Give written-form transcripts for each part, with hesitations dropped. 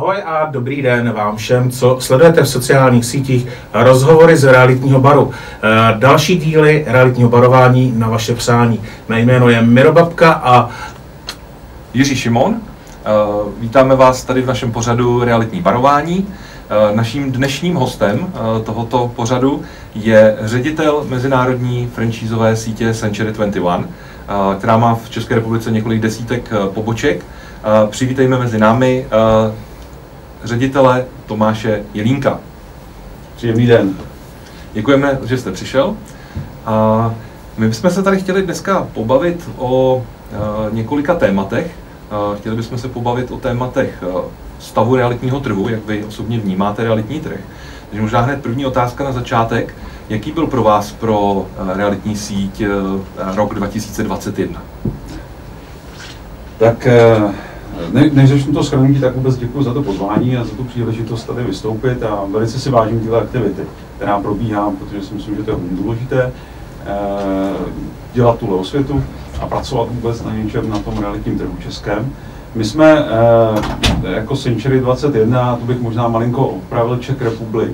Ahoj a dobrý den vám všem, co sledujete v sociálních sítích rozhovory z realitního baru. Další díly realitního barování na vaše přání. Mé jméno je Miro Babka a Jiří Šimon. Vítáme vás tady v našem pořadu Realitní barování. Naším dnešním hostem tohoto pořadu je ředitel mezinárodní franšízové sítě Century 21, která má v České republice několik desítek poboček. Přivítejme mezi námi ředitele Tomáše Jelínka. Příjemný den. Děkujeme, že jste přišel. My bychom se tady chtěli dneska pobavit o několika tématech. Chtěli bychom se pobavit o tématech stavu realitního trhu, jak vy osobně vnímáte realitní trh. Takže možná hned první otázka na začátek. Jaký byl pro vás pro realitní síť rok 2021? Tak než začnu to shrnutí, tak vůbec děkuji za to pozvání a za tu příležitost tady vystoupit a velice si vážím tyhle aktivity, která probíhá, protože si myslím, že to je hodně důležité, dělat tuhle osvětu a pracovat vůbec na něčem na tom realitním trhu českém. My jsme jako Century 21, to bych možná malinko opravil, Czech Republic.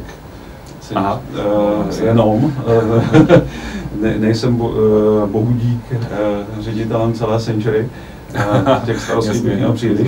Jenom. Nejsem bohudík ředitelem celé Century. Těch starostí bych měl příliš.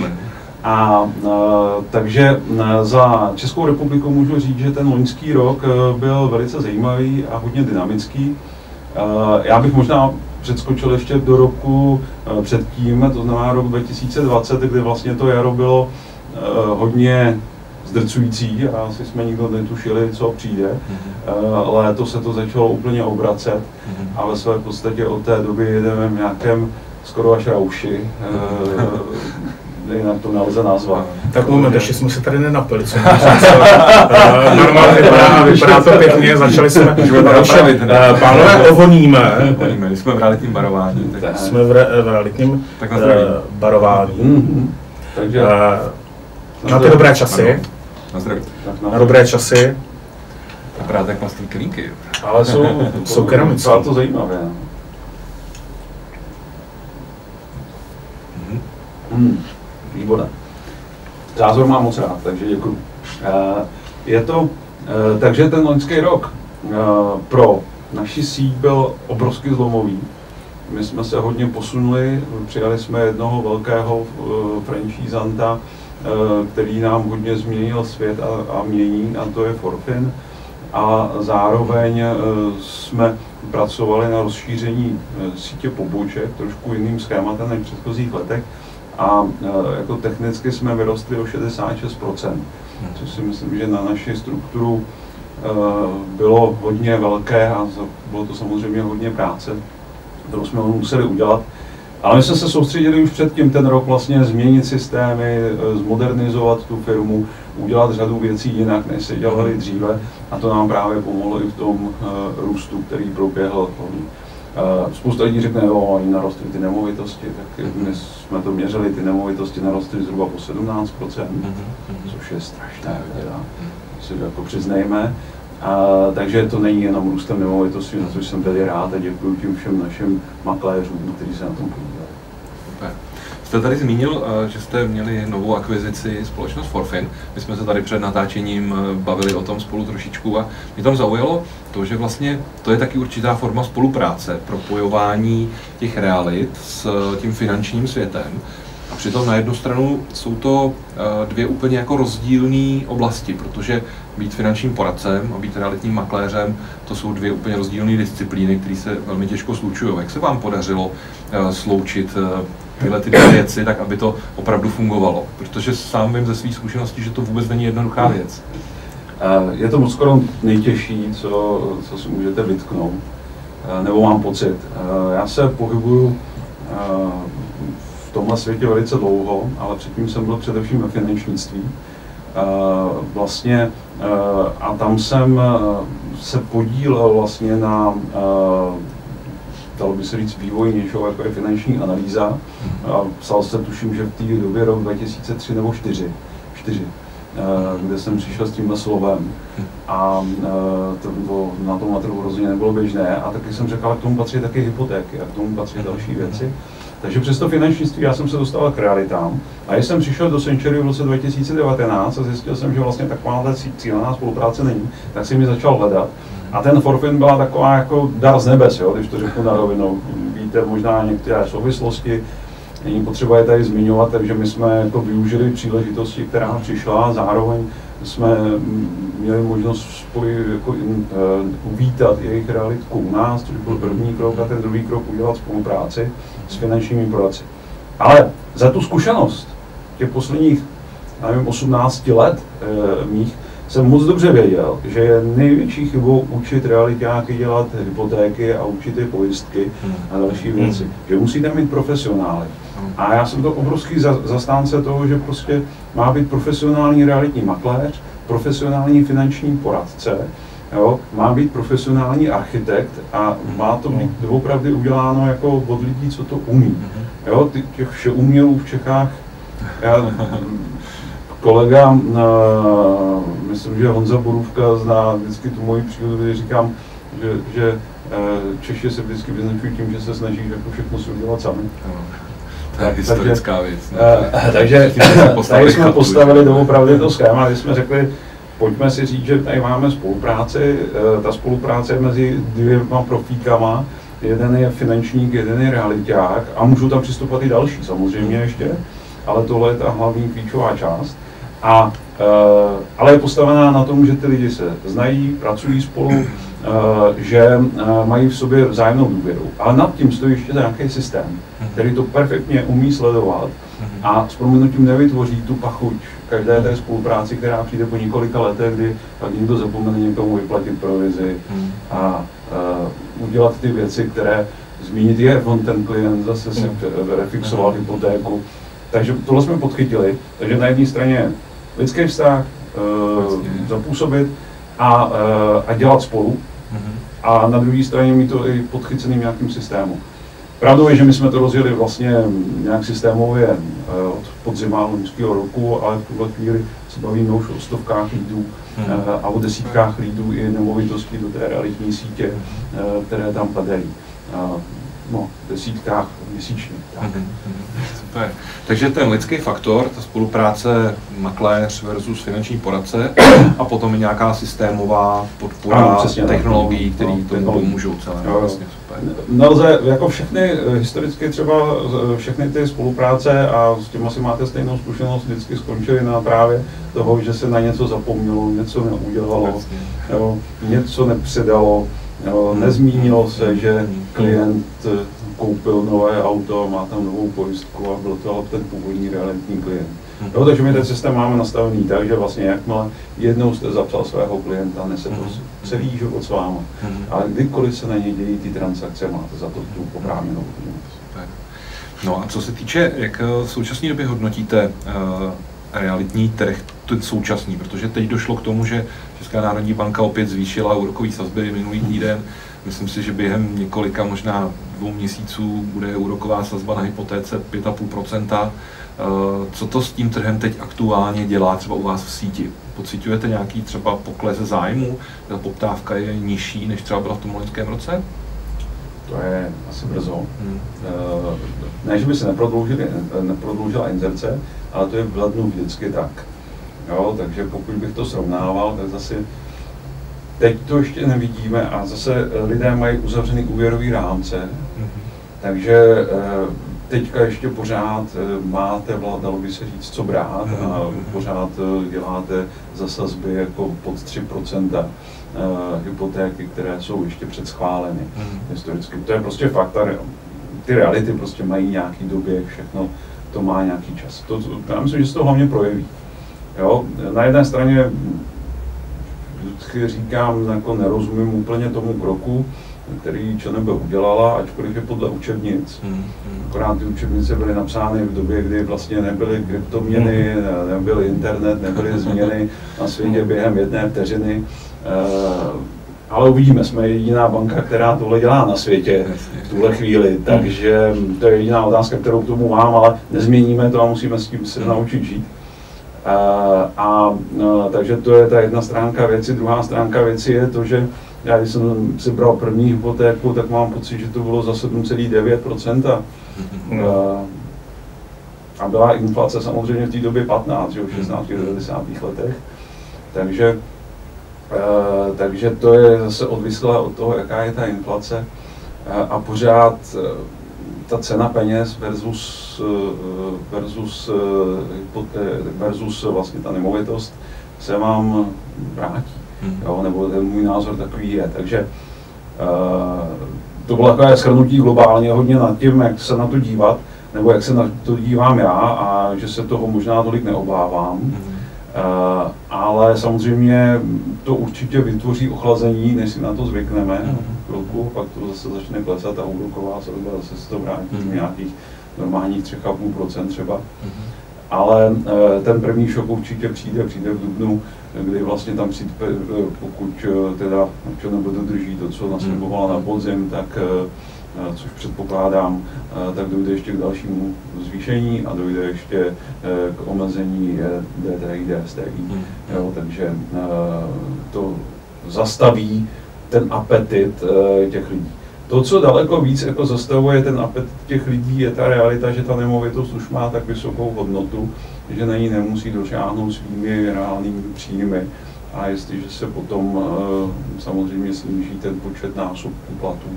Takže za Českou republiku můžu říct, že ten loňský rok byl velice zajímavý a hodně dynamický. Já bych možná předskočil ještě do roku předtím, to znamená rok 2020, kdy vlastně to jaro bylo hodně zdrcující a asi jsme nikdo netušili, co přijde. Léto se to začalo úplně obracet a ve své podstatě od té doby jedeme v nějakém skoro až rauši, jinak to nelze nazvat. Tak moment, ještě jsme se tady nenapili, co normálně vypadá to pěkně, začali jsme pánové ohoníme. My jsme v realitním barování. Jsme v realitním barování. Takže na ty dobré časy. Na zdraví. Na dobré časy. Vypadá tak plastý kelímky. Ale jsou keramické. To zajímavé. Výborné. Zázor mám moc rád, takže děkuji. Takže ten loňský rok pro naši síť byl obrovsky zlomový. My jsme se hodně posunuli, přijali jsme jednoho velkého franšízanta, který nám hodně změnil svět a mění, a to je Forfin. A zároveň jsme pracovali na rozšíření sítě poboček, trošku jiným schématem než v předchozích letech. A jako technicky jsme vyrostli o 66%, což si myslím, že na naši strukturu bylo hodně velké a bylo to samozřejmě hodně práce, kterou jsme museli udělat. Ale my jsme se soustředili už předtím ten rok vlastně změnit systémy, zmodernizovat tu firmu, udělat řadu věcí jinak, než se dělali dříve, a to nám právě pomohlo i v tom růstu, který proběhl. Spousta lidí řekne, jo, oni narostly ty nemovitosti, tak my jsme to měřili, ty nemovitosti narostly zhruba po 17%, což je strašné, si jako přiznejme. Takže to není jenom růstem nemovitostí, za což jsem tady rád a děkuji tím všem našim makléřům, kteří se na tom podíleli. Super. Jste tady zmínil, že jste měli novou akvizici společnost Forfin. My jsme se tady před natáčením bavili o tom spolu trošičku a mě tam zaujalo to, že vlastně to je taky určitá forma spolupráce, propojování těch realit s tím finančním světem. A přitom na jednu stranu jsou to dvě úplně jako rozdílné oblasti, protože být finančním poradcem a být realitním makléřem, to jsou dvě úplně rozdílné disciplíny, které se velmi těžko slučují. Jak se vám podařilo sloučit tyhle ty dvě věci, tak aby to opravdu fungovalo? Protože sám vím ze svých zkušeností, že to vůbec není jednoduchá věc. Je to skoro nejtěžší, co si můžete vytknout, nebo mám pocit. Já se pohybuju v tomhle světě velice dlouho, ale předtím jsem byl především ve finančnictví. A tam jsem se podílel vlastně na, dalo by se říct, vývoji něčeho, jako je finanční analýza. Psal se, tuším, že v té době rok 2003 nebo 2004, kde jsem přišel s tímhle slovem. A na tom trhu rozhodně nebylo běžné. A taky jsem řekl, že k tomu patří taky hypotéky a k tomu patří další věci. Takže přes to finančnictví já jsem se dostal k realitám. A když jsem přišel do Century v roce 2019 a zjistil jsem, že vlastně taková cílená spolupráce není, tak jsem mi začal hledat. A ten Forfin byla taková jako dar z nebes, jo, když to řeknu na rovinu. Víte možná některé souvislosti, není potřeba je tady zmiňovat, takže my jsme jako využili příležitosti, která přišla, a zároveň jsme měli možnost uvítat jejich realitku u nás, což byl první krok, a ten druhý krok udělat spolupráci s finančními poradci. Ale za tu zkušenost těch posledních, nevím, 18 let mých, jsem moc dobře věděl, že je největší chybou učit realitáky dělat hypotéky a učit je pojistky a další věci. Že musíte mít profesionály. A já jsem to obrovský zastánce toho, že prostě má být profesionální realitní makléř, profesionální finanční poradce, jo, má být profesionální architekt a má to být doopravdy uděláno jako od lidí, co to umí. Jo, těch všeumělů v Čechách, kolega, myslím, že Honza Borůvka zná vždycky tu moji příhodu, kdy říkám, že Češi se vždycky vyznačují tím, že se snaží jako všechno si udělat sami. To je historická věc. Takže tady jsme postavili doopravdy to schéma, kdy jsme řekli, pojďme si říct, že tady máme spolupráci, ta spolupráce je mezi dvěma profíkama, jeden je finančník, jeden je realiták a můžou tam přistupovat i další samozřejmě ještě, ale tohle je ta hlavní klíčová část. Ale je postavená na tom, že ty lidi se znají, pracují spolu, že mají v sobě vzájemnou důvěru. Ale nad tím stojí ještě nějaký systém, který to perfektně umí sledovat a s prominutím nevytvoří tu pachuť každé té spolupráci, která přijde po několika letech, kdy pak někdo zapomene někomu vyplatit provizi a udělat ty věci, které zmínit je, on ten klient zase si refixoval hypotéku. Takže tohle jsme podchytili, takže na jedné straně lidský vztah, zapůsobit a dělat spolu, a na druhé straně mít to i podchyceným nějakým systému. Pravdou je, že my jsme to rozjeli vlastně nějak systémově od podzima loňského roku, ale v tuhle chvíli se bavíme už o stovkách lídů a o desítkách lídů i nemovitostí do té realitní sítě, které tam padají. Desítkách měsíčně. Super. Takže ten lidský faktor, ta spolupráce makléř versus finanční poradce a potom i nějaká systémová podpora technologií, které tomu pomůžou celé. Vlastně super. Nelze, jako všechny, historicky třeba všechny ty spolupráce, a s tím asi máte stejnou zkušenost, vždycky skončily na právě toho, že se na něco zapomnělo, něco neudělalo, něco nepředalo. Nezmínilo se, že klient koupil nové auto, má tam novou pojistku a byl to ten původní realitní klient. Takže my ten systém máme nastavený tak, že vlastně jakmile jednou jste zapsal svého klienta, nese to celý život s váma. Ale kdykoliv se na něj dějí ty transakce, máte za to tu oprávněnou odpovědnost. No a co se týče, jak v současné době hodnotíte realitní trh, ten současný, protože teď došlo k tomu, že Česká národní banka opět zvýšila úrokové sazby minulý týden. Myslím si, že během několika, možná 2 měsíců bude úroková sazba na hypotéce 5,5%. Co to s tím trhem teď aktuálně dělá třeba u vás v síti? Pociťujete nějaký třeba pokles zájmu? Ta poptávka je nižší, než třeba byla v tom loňském roce? To je asi brzo. Ne, že by se neprodloužila inzerce, ale to je v lednu vždycky tak. Jo, takže pokud bych to srovnával, tak zase teď to ještě nevidíme a zase lidé mají uzavřený úvěrový rámce, takže teďka ještě pořád máte, dalo by se říct, co brát a pořád děláte za sazby jako pod 3% hypotéky, které jsou ještě předschváleny historicky. To je prostě fakt, ty reality prostě mají nějaký doběh, všechno to má nějaký čas. Já myslím, že se to hlavně projeví. Jo? Na jedné straně vždycky říkám, jako nerozumím úplně tomu kroku, který ČNB udělala, ačkoliv je podle učebnic. Akorát ty učebnice byly napsány v době, kdy vlastně nebyly kryptoměny, nebyl internet, nebyly změny na světě během 1 vteřiny. Ale uvidíme, jsme jediná banka, která tohle dělá na světě v tuhle chvíli, takže to je jediná otázka, kterou k tomu mám, ale nezměníme to a musíme s tím se naučit žít. Takže to je ta jedna stránka věci. Druhá stránka věci je to, že já, když jsem si bral první hypotéku, tak mám pocit, že to bylo za 7,9%. A byla inflace samozřejmě v té době 15, že v 16. 90. letech. Takže to je zase odvislé od toho, jaká je ta inflace. A pořád ta cena peněz versus vlastně ta nemovitost se vám vrátí. Jo, nebo ten můj názor takový je. Takže to bylo takové shrnutí globálně hodně nad tím, jak se na to dívat, nebo jak se na to dívám já a že se toho možná tolik neobávám. Ale samozřejmě to určitě vytvoří ochlazení, než si na to zvykneme chvilku, pak to zase začne klesat a úroková sazba zase se to vrátí v nějakých normálních 3,5% třeba. Ale ten první šok určitě přijde v dubnu, kdy vlastně tam přijde, pokud teda ČNB dodrží to, co naslibovala na podzim, tak což předpokládám, tak dojde ještě k dalšímu zvýšení a dojde ještě k omezení DTI, DSTI. Jo, takže to zastaví ten apetit těch lidí. To, co daleko víc jako zastavuje ten apetit těch lidí, je ta realita, že ta nemovitost už má tak vysokou hodnotu, že na ní nemusí dosáhnout svými reálnými příjmy. A jestliže se potom samozřejmě sníží ten počet násobků platů,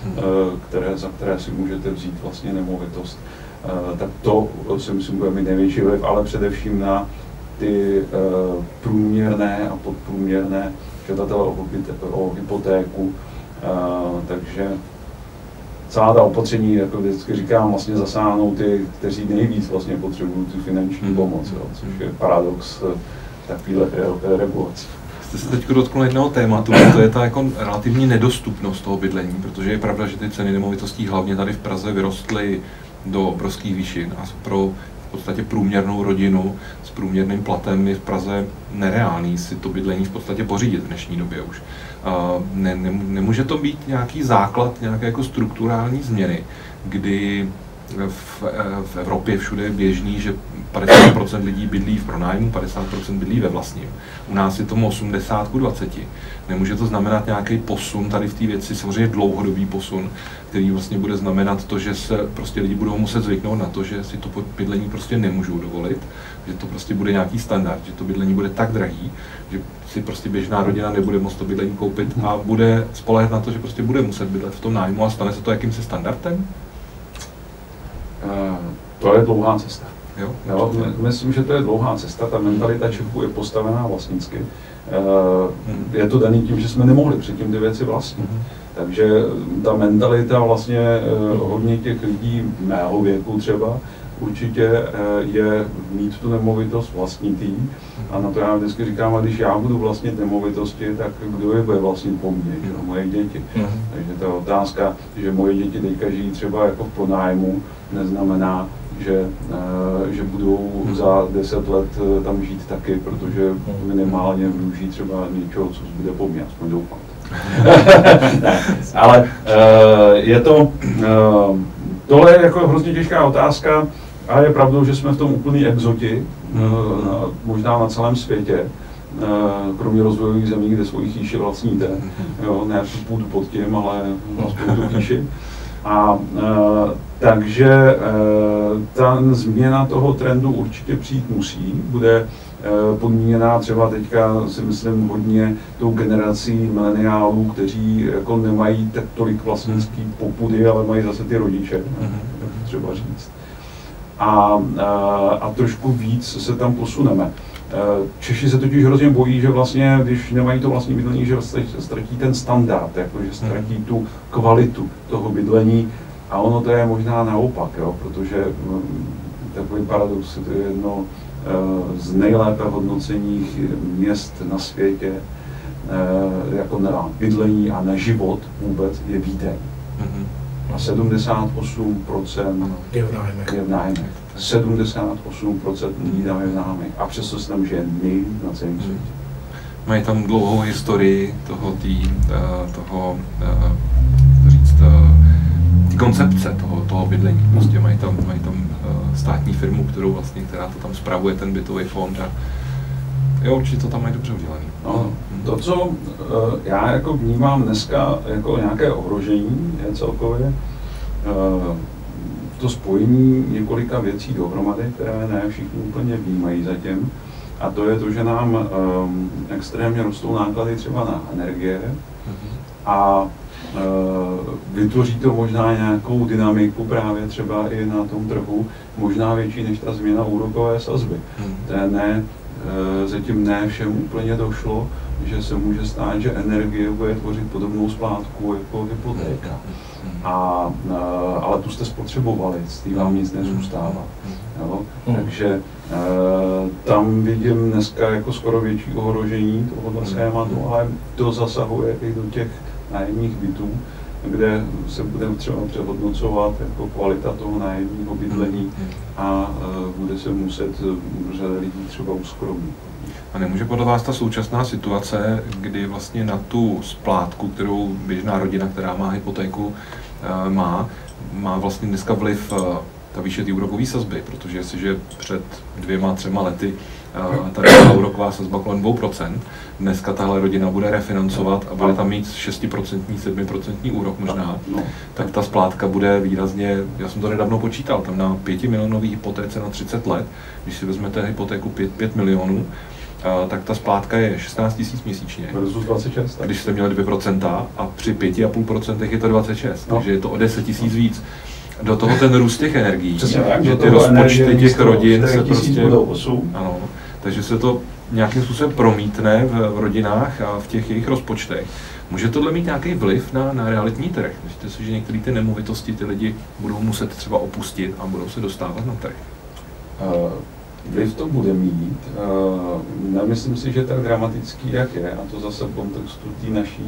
za které si můžete vzít vlastně nemovitost, tak to si myslím bude mít největší vliv, ale především na ty průměrné a podprůměrné žadatele o hypotéku. Takže celá ta opatření, jako vždycky říkám, vlastně zasáhnou ty, kteří nejvíc vlastně potřebují tu finanční pomoc, jo, což je paradox takovýhle regulací. Jste se teď dotknul jednoho tématu, to je ta jako relativní nedostupnost toho bydlení, protože je pravda, že ty ceny nemovitostí hlavně tady v Praze vyrostly do obrovských výšin a pro v podstatě průměrnou rodinu s průměrným platem je v Praze nereálný si to bydlení v podstatě pořídit v dnešní době už. Nemůže to být nějaký základ, nějaké jako strukturální změny, kdy v Evropě všude je běžný, že 50% lidí bydlí v pronájmu, 50% bydlí ve vlastním. U nás je tomu 80:20. Nemůže to znamenat nějaký posun tady v té věci, samozřejmě dlouhodobý posun, který vlastně bude znamenat to, že se prostě lidi budou muset zvyknout na to, že si to bydlení prostě nemůžou dovolit, že to prostě bude nějaký standard, že to bydlení bude tak drahý, že si prostě běžná rodina nebude moct to bydlení koupit a bude spoléhat na to, že prostě bude muset bydlet v tom nájmu a stane se to jakýmsi standardem? To je dlouhá cesta. Jo, myslím, že to je dlouhá cesta, ta mentalita Čechů je postavená vlastnicky. Je to daný tím, že jsme nemohli předtím ty věci vlastnit. Takže ta mentalita vlastně hodně těch lidí mého věku třeba určitě je mít tu nemovitost vlastnitý. A na to já vždycky říkám, a když já budu vlastnit nemovitosti, tak kdo je bude vlastnit po mně, že? Moje děti. Takže ta otázka, že moje děti teďka žijí třeba jako v pronájmu, neznamená, že budou za 10 let tam žít taky, protože minimálně využijí třeba něčeho, co zbude po mně, aspoň doufám. Ale je to, tohle je jako hrozně těžká otázka a je pravdou, že jsme v tom úplný exoti, možná na celém světě, kromě rozvojových zemí, kde svoji chýši vlastníte, jo, ne tu půdu pod tím, ale aspoň tu chýši. Takže ta změna toho trendu určitě přijít musí, bude podmíněná třeba teďka si myslím hodně tou generací mileniálů, kteří jako nemají tak tolik vlastnický popudy, ale mají zase ty rodiče, třeba říct. A trošku víc se tam posuneme. Češi se totiž hrozně bojí, že vlastně, když nemají to vlastní bydlení, že ztratí ten standard, jako, že ztratí tu kvalitu toho bydlení. A ono to je možná naopak, jo, protože takový paradox, to je jedno z nejlépe hodnocených měst na světě, jako na bydlení a na život vůbec, je Vídeň. A 78% je v nájmech. 78% lidí tam je v nájmech. A přesto se tam žije nejlíp na celém světě. Mají tam dlouhou historii koncepce toho bydlení. Prostě mají tam státní firmu, která to tam spravuje, ten bytový fond. A jo, určitě to tam mají dobře udělané. No, to, co já jako vnímám dneska jako nějaké ohrožení, je celkově to spojení několika věcí dohromady, které ne všichni úplně vnímají zatím. A to je to, že nám extrémně rostou náklady třeba na energie a vytvoří to možná nějakou dynamiku právě třeba i na tom trhu, možná větší než ta změna úrokové sazby. Zatím ne všem úplně došlo, že se může stát, že energie bude tvořit podobnou splátku jako hypotéka. Ale tu jste spotřebovali, z té vám nic nezůstává. Jo? Takže tam vidím dneska jako skoro větší ohrožení tohoto schématu, ale to zasahuje i do těch nájemních bytů, kde se bude třeba přehodnocovat jako kvalita toho nájemního bydlení a bude se muset řada lidí třeba uskromnit. A nemůže podle vás ta současná situace, kdy vlastně na tu splátku, kterou běžná rodina, která má hypotéku, má vlastně dneska vliv ta výše té úrokové sazby, protože jestliže před 2-3 lety tady byla úroková sazba kolem 2%, dneska tahle rodina bude refinancovat a bude tam mít 6%, 7% úrok možná, tak ta splátka bude výrazně, já jsem to nedávno počítal, tam na 5 milionový hypotéce na 30 let, když si vezmete hypotéku 5 milionů, tak ta splátka je 16 000 měsíčně. Versus 26. Když jste měli 2% a při 5,5% je to 26, takže je to o 10 000 víc. Do toho ten růst těch energií, že ty rozpočty těch rodin se prostě... Ano, takže se to nějakým způsobem promítne v rodinách a v těch jejich rozpočtech. Může tohle mít nějaký vliv na realitní trh? Myslíte si, že některé ty nemovitosti ty lidi budou muset třeba opustit a budou se dostávat na trh? Vliv to bude mít. Nemyslím si, že tak dramatický, jak je, a to zase v kontextu té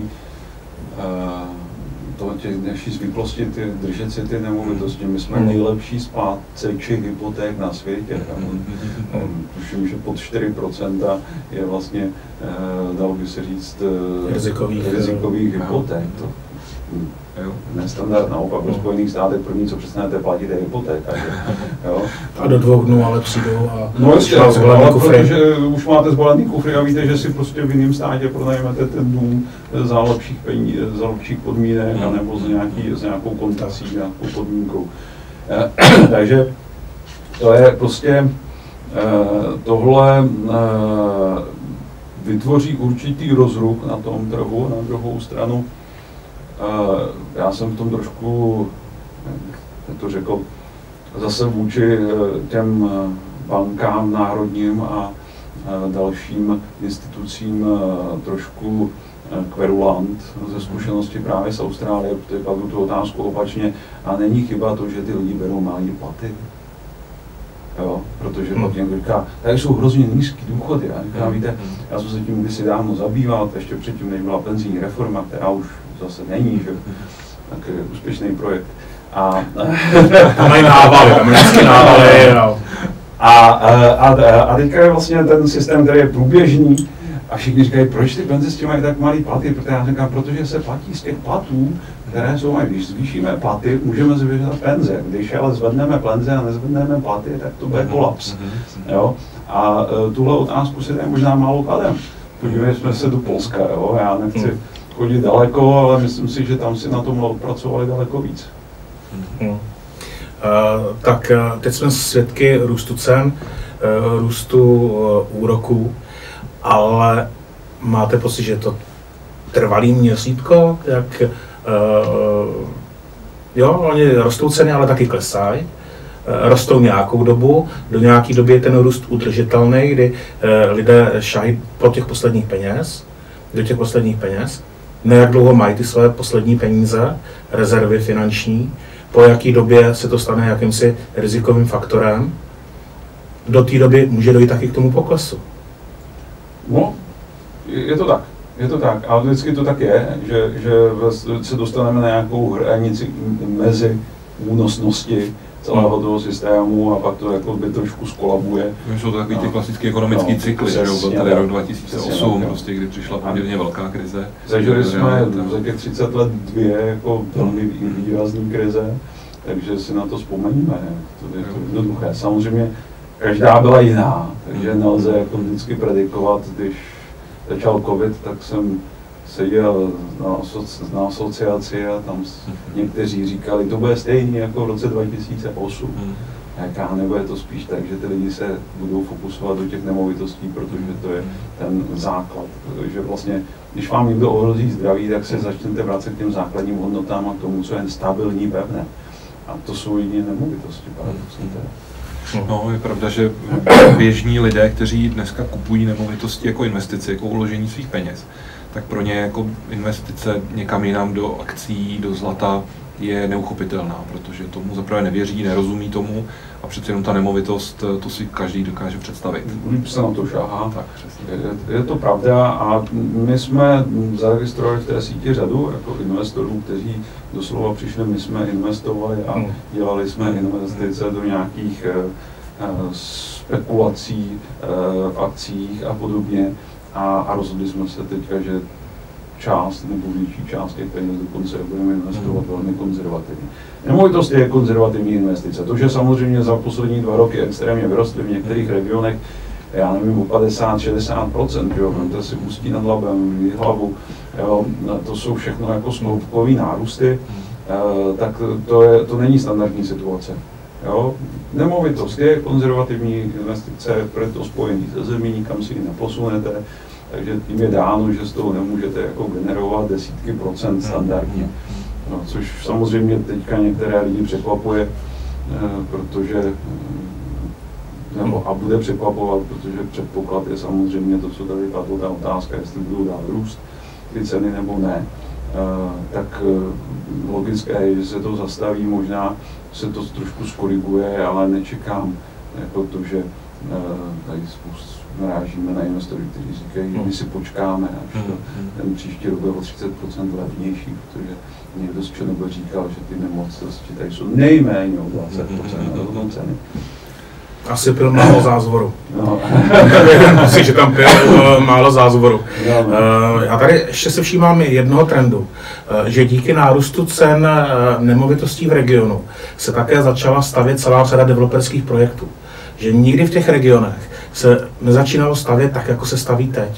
naší zvyklosti držet si ty nemovitosti. My jsme nejlepší splátceči hypoték na světě. Tuším, že pod 4% je vlastně, dalo by se říct, rizikových hypoték. Nestandard, naopak ve Spojených státech první, co přestanete platit, je hypotéka. A do 2 dnů ale přijdou a ještě, ale protože už máte zbalený kufry a víte, že si prostě v jiném státě pronajmete ten dům za lepších podmínek nebo s nějakou kontací, nějakou podmínkou. Takže to je prostě tohle vytvoří určitý rozruch na tom trhu, na druhou stranu. Já jsem v tom trošku, jak to řekl, zase vůči těm bankám národním a dalším institucím trošku kverulant ze zkušenosti právě z Austrálie, protože kladu tu otázku opačně a není chyba to, že ty lidi berou malé platy. Jo, protože pak někdo říká, tady jsou hrozně nízký důchody. A říká, víte, já jsem se tím kdysi dávno zabýval, ještě předtím, než byla penzijní reforma, která už zase není, že tak je úspěšný projekt. A mají návaly, tam vždycky návaly. A teďka je vlastně ten systém, který je průběžný a všichni říkají, proč ty penzisti mají tak malý platy, protože já říkám, protože se platí z těch platů, které jsou, a když zvýšíme platy, můžeme zvyšovat penze. Když ale zvedneme penze a nezvedneme platy, tak to bude kolaps. Jo? A tuhle otázku si tady možná málo kladem. Podívejme se do Polska, jo? Já nechci chodit daleko, ale myslím si, že tam si na tom odpracovali daleko víc. Tak teď jsme svědky růstu cen, růstu úroků, ale máte pocit, že je to trvalý měřítko, jak jo, oni rostou ceny, ale taky klesají. Rostou nějakou dobu, do nějaké doby je ten růst udržitelný, kdy lidé šahají do těch posledních peněz. Na jak dlouho mají ty své poslední peníze, rezervy finanční, po jaké době se to stane jakýmsi rizikovým faktorem. Do té doby může dojít taky k tomu poklesu. No, je to tak, ale vždycky to tak je, že se dostaneme na nějakou hranici mezi únosnosti celého toho systému a pak to jako by trošku skolabuje. Jsou to takový ty klasické ekonomické cykly, že byl tady rok 2008, prostě, kdy přišla poměrně velká krize. Zažili jsme za těch 30 let 2 jako velmi výrazný krize, takže si na to vzpomeníme. To je to jednoduché. Samozřejmě každá byla jiná, takže nelze jako vždycky predikovat. Když začal covid, tak jsem seděl na asociaci a tam někteří říkali, to bude stejný jako v roce 2008. Já nebude to spíš tak, že ty lidi se budou fokusovat do těch nemovitostí, protože to je ten základ. Protože vlastně, když vám někdo ohrozí zdraví, tak se začnete vracet k těm základním hodnotám a k tomu, co je stabilní, pevné. A to jsou jediné nemovitosti, paradoxně teda. No, je pravda, že běžní lidé, kteří dneska kupují nemovitosti jako investici, jako uložení svých peněz, tak pro ně jako investice někam jinam do akcií, do zlata je neuchopitelná, protože tomu zaprvé nevěří, nerozumí tomu a přece jenom ta nemovitost, to si každý dokáže představit. Líp se na to šáhá. Tak, je to pravda a my jsme zaregistrovali v té síti řadu jako investorů, kteří doslova přišli, my jsme investovali a dělali jsme investice do nějakých spekulací v akcích a podobně a rozhodli jsme se teďka, že část nebo větší část těch peněz dokonce budeme investovat velmi konzervativně. Nemovitost je konzervativní investice. To, že samozřejmě za poslední 2 roky extrémně vyrostly v některých regionech, já nevím, o 50-60%, jo, to si Ústí nad Labem, Jihlavu, jo, to jsou všechno jako snoubkové nárůsty, tak to není standardní situace. Jo. Nemovitost je konzervativní investice, proto spojení se zemí, nikam si ji neposunete, takže tím je dáno, že z toho nemůžete jako generovat desítky procent standardně. No, což samozřejmě teďka některé lidi překvapuje, protože a bude překvapovat, protože předpoklad je samozřejmě to, co tady padlo, ta otázka, jestli budou dál růst ty ceny nebo ne. Tak logické je, že se to zastaví, možná se to trošku skoriguje, ale nečekám jako to, že tady narážíme na investory, kteří říkají, že my si počkáme, až ten příští rok bude o 30% levnější, protože někdo z Černobyl říkal, že ty nemovitosti tady jsou nejméně o 20% na ceny. Asi pil málo zázvoru. No. Myslím, že tam pil málo zázvoru. Já tady ještě se všímám jednoho trendu, že díky nárůstu cen nemovitostí v regionu se také začala stavět celá řada developerských projektů. Že nikdy v těch regionech se nezačínalo stavět tak, jako se staví teď.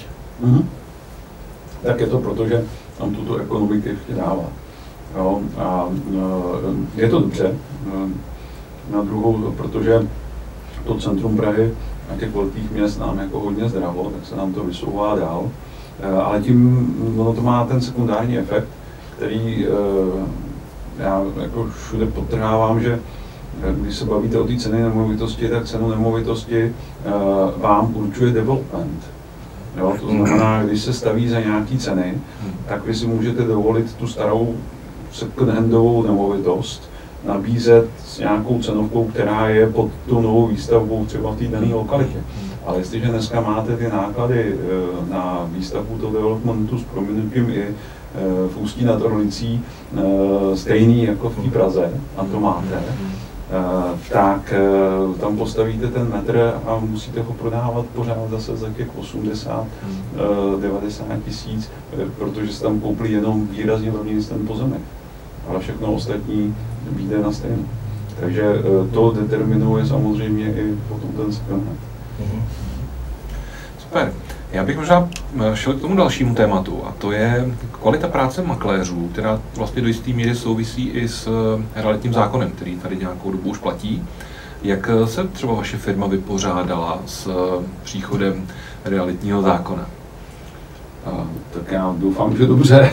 Tak je to proto, že tam tuto ekonomiku ještě dává. Jo, a je to dobře. Na druhou, protože to centrum Prahy a těch velkých měst nám jako hodně zdravo, tak se nám to vysouvá dál. Ale tím ono to má ten sekundární efekt, který já jako všude podtrhávám, že když se bavíte o té ceny nemovitosti, tak cenu nemovitosti vám určuje development. Jo, to znamená, když se staví za nějaké ceny, tak vy si můžete dovolit tu starou second-handovou nemovitost nabízet s nějakou cenovkou, která je pod tou novou výstavbou třeba v té dané lokalitě. Ale jestliže dneska máte ty náklady na výstavbu toho developmentu s prominutím i v Ústí nad Orlicí stejný jako v té Praze, a to máte, tak tam postavíte ten metr a musíte ho prodávat pořád zase za těch 80-90 tisíc, protože se tam koupili jenom výrazně levněji ten pozemek. Ale všechno ostatní vyjde na stejno. Takže to determinuje samozřejmě i potom ten second hand. Super. Já bych možná šel k tomu dalšímu tématu, a to je kvalita práce makléřů, která vlastně do jisté míry souvisí i s realitním zákonem, který tady nějakou dobu už platí. Jak se třeba vaše firma vypořádala s příchodem realitního zákona? Tak já doufám, že dobře.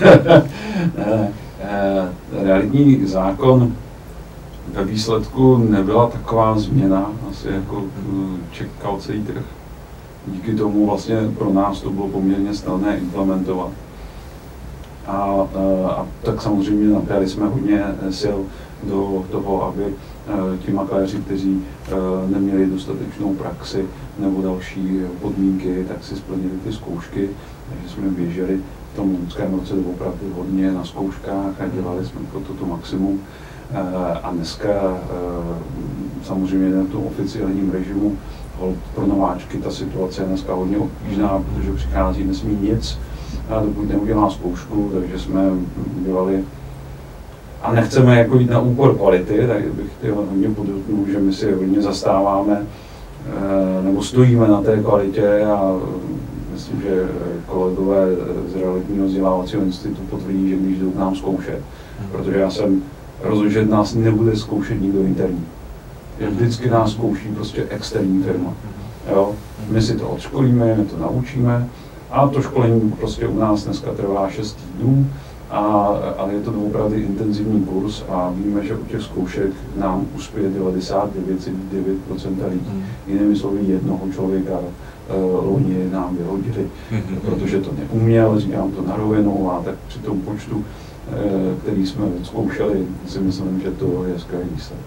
Realitní zákon ve výsledku nebyla taková změna, asi jako čekal celý trh. Díky tomu vlastně pro nás to bylo poměrně snadné implementovat. A tak samozřejmě napěli jsme hodně sil do toho, aby ti makléři, kteří neměli dostatečnou praxi nebo další podmínky, tak si splnili ty zkoušky, takže jsme běželi v tom loňském roce opravdu hodně na zkouškách a dělali jsme toto maximum. A dneska samozřejmě na tom oficiálním režimu pro nováčky ta situace je dneska hodně obtížná, protože přichází, nesmí nic, a dokud neudělá zkoušku, takže jsme dělali a nechceme jako jít na úkor kvality, tak bych chtěl hodně podotknout, že my si hodně zastáváme nebo stojíme na té kvalitě a myslím, že kolegové z Realitního vzdělávacího institutu potvrdí, že když jdou k nám zkoušet, protože já jsem rozhodl, že nás nebude zkoušet nikdo interní. Vždycky nás zkouší prostě externí firma. Jo? My si to odškolíme, my to naučíme a to školení prostě u nás dneska trvá 6 týdnů, ale je to opravdu intenzivní kurz a víme, že u těch zkoušek nám uspěje 99,9% lidí. Jinými slovy, jednoho člověka loni nám vyhodili, protože to neuměl, říkám to na rovinu, a tak při tom počtu, který jsme zkoušeli, si myslím, že to je skvělý výsledek.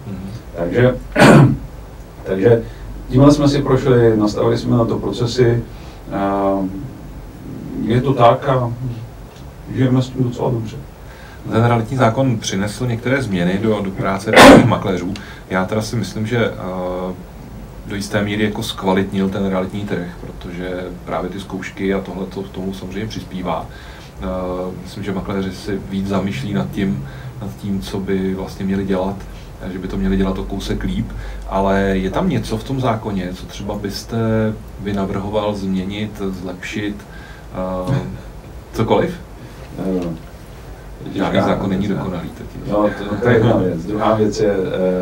Takže tímhle jsme si prošli, nastavili jsme na to procesy, je to tak a žijeme s tím docela dobře. Ten realitní zákon přinesl některé změny do práce realitních makléřů. Já teda si myslím, že do jisté míry jako zkvalitnil ten realitní trh, protože právě ty zkoušky a tohle to tomu samozřejmě přispívá. Myslím, že makléři si víc zamýšlí nad tím, co by vlastně měli dělat, že by to měli dělat o kousek líp, ale je tam něco v tom zákoně, co třeba byste vy navrhoval změnit, zlepšit, cokoliv? Žádný zákon není dokonalý. No, to je jedna věc. Druhá věc je,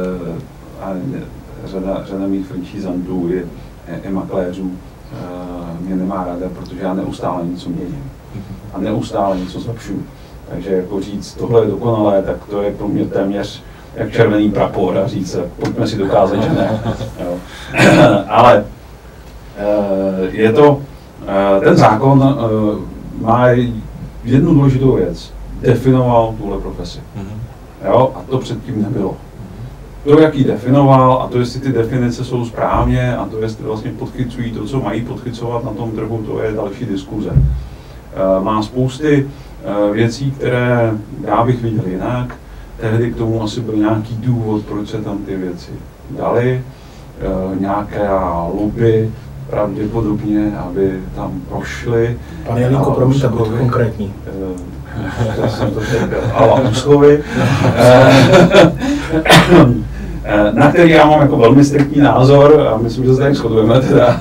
řada mých franšízantů i makléřů mě nemá ráda, protože já neustále něco měním a neustále něco zlepšuju. Takže jako říct, tohle je dokonalé, tak to je pro mě téměř jak červený prapor a říct, pojďme si dokázat, že ne. Jo. Ale je to, ten zákon má jednu důležitou věc. Definoval tuhle profesi. Jo? A to předtím nebylo. To, jak ji definoval, a to, jestli ty definice jsou správně, a to, jestli vlastně podchycují to, co mají podchycovat na tom trhu, to je další diskuze. Má spousty věcí, které já bych viděl jinak. Tehdy k tomu asi byl nějaký důvod, proč se tam ty věci dali. Nějaké lobby, pravděpodobně, aby tam prošly. Pane Jelínku, promiňte, buďte konkrétní. Já jsem to řekl Alamuskovi, na který já mám jako velmi striktní názor a myslím, že se tady shodujeme teda.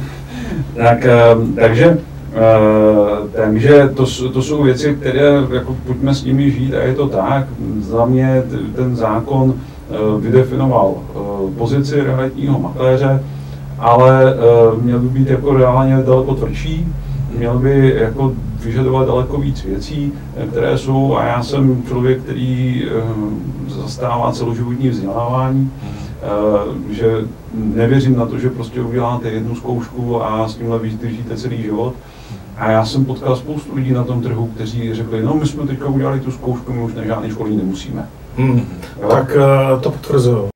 Takže to jsou věci, které jako pojďme s nimi žít a je to tak. Za mě ten zákon vydefinoval pozici realitního makléře, ale měl by být jako reálně daleko tvrdší, měl by jako vyžadovat daleko víc věcí, které jsou, a já jsem člověk, který zastává celoživotní vzdělávání, že nevěřím na to, že prostě uděláte jednu zkoušku a s tímhle vydržíte celý život. A já jsem potkal spoustu lidí na tom trhu, kteří řekli, no my jsme teďka udělali tu zkoušku, my už na žádný školení nemusíme. Tak to potvrzuju.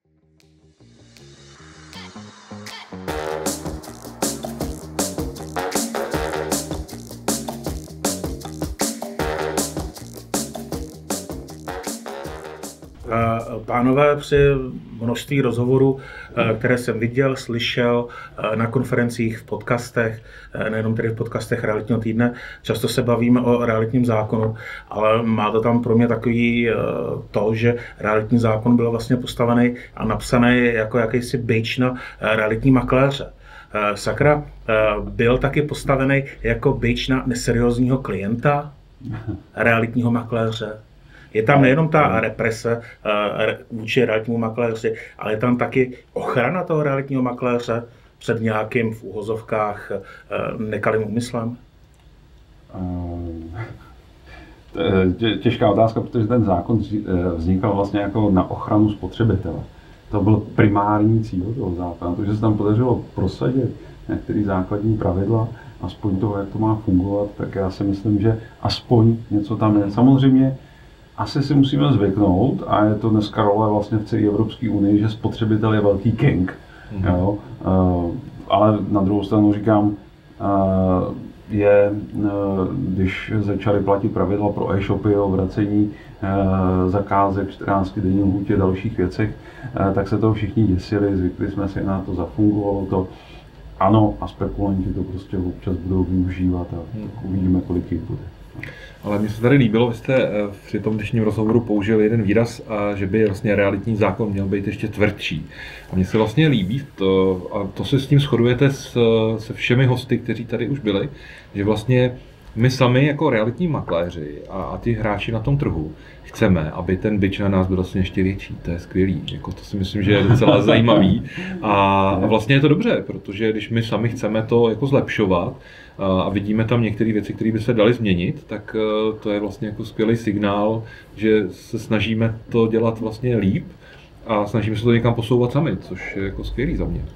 Pánové, při množství rozhovorů, které jsem viděl, slyšel na konferencích, v podcastech, nejenom tedy v podcastech Realitního týdne, často se bavíme o realitním zákonu, ale má to tam pro mě takový to, že realitní zákon byl vlastně postavený a napsaný jako jakýsi bič na realitní makléře. Sakra, byl taky postavený jako bič na neseriózního klienta, realitního makléře. Je tam nejenom ta represe vůči realitnímu makléři, ale je tam taky ochrana toho realitního makléře před nějakým v úhozovkách nekalým úmyslem? Těžká otázka, protože ten zákon vznikal vlastně jako na ochranu spotřebitele. To byl primární cíl toho zákona, protože se tam podařilo prosadit některé základní pravidla, aspoň toho, jak to má fungovat, tak já si myslím, že aspoň něco tam je. Samozřejmě asi si musíme zvyknout, a je to dneska role vlastně v celé Evropské unii, že spotřebitel je velký king. Jo? Ale na druhou stranu říkám, když začaly platit pravidla pro e-shopy o vracení zakázek, 14denní lhůtě, dalších věcech, tak se toho všichni děsili, zvykli jsme si na to, zafungovalo to. Ano, a spekulanti to prostě občas budou využívat a uvidíme, kolik jich bude. Ale mně se tady líbilo, vy jste při tom dnešním rozhovoru použil jeden výraz, že by vlastně realitní zákon měl být ještě tvrdší. A mně se vlastně líbí a to se s tím shodujete se všemi hosty, kteří tady už byli, že vlastně my sami jako realitní makléři a ti hráči na tom trhu chceme, aby ten bič na nás byl vlastně ještě větší. To je skvělý. Jako to si myslím, že je docela zajímavý. A vlastně je to dobře, protože když my sami chceme to jako zlepšovat a vidíme tam některé věci, které by se daly změnit, tak to je vlastně jako skvělý signál, že se snažíme to dělat vlastně líp a snažíme se to někam posouvat sami, což je jako skvělý za mě.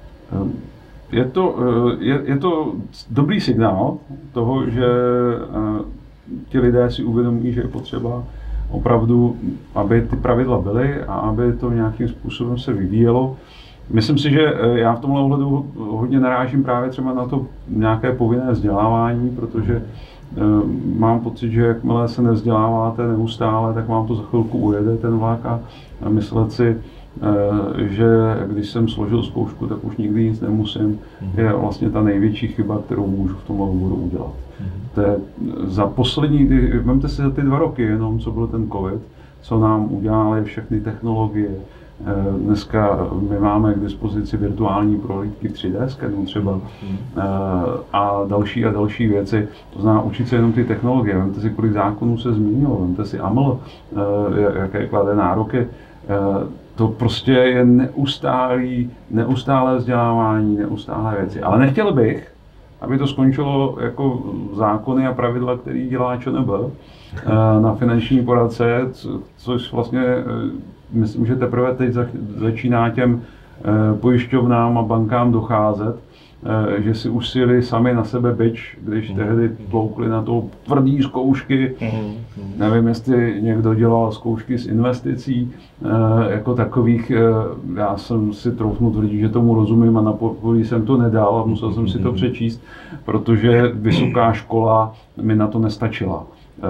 Je to dobrý signál toho, že ti lidé si uvědomí, že je potřeba opravdu, aby ty pravidla byly a aby to nějakým způsobem se vyvíjelo. Myslím si, že já v tomhle ohledu hodně narážím právě třeba na to nějaké povinné vzdělávání, protože mám pocit, že jakmile se nevzděláváte neustále, tak vám to za chvilku ujede ten vlak a myslet si, že když jsem složil zkoušku, tak už nikdy nic nemusím, je vlastně ta největší chyba, kterou můžu v tomhle oboru udělat. To je za poslední, vemte si za ty 2 roky jenom, co byl ten covid, co nám udělaly všechny technologie. Dneska my máme k dispozici virtuální prohlídky 3D skenu třeba a další věci. To znamená učit se jenom ty technologie. Vemte si, kolik zákonů se změnilo, vemte si AML, jaké klade nároky. To prostě je neustálé vzdělávání, neustálé věci. Ale nechtěl bych, aby to skončilo jako zákony a pravidla, který dělá ČNB na finanční poradce, což vlastně myslím, že teprve teď začíná těm pojišťovnám a bankám docházet, že si usili sami na sebe bič, když tehdy tloukli na to tvrdý zkoušky. Nevím, jestli někdo dělal zkoušky s investicí jako takových. Já jsem si troufnu tvrdit, že tomu rozumím a na poprvé jsem to nedal a musel jsem si to přečíst, protože vysoká škola mi na to nestačila.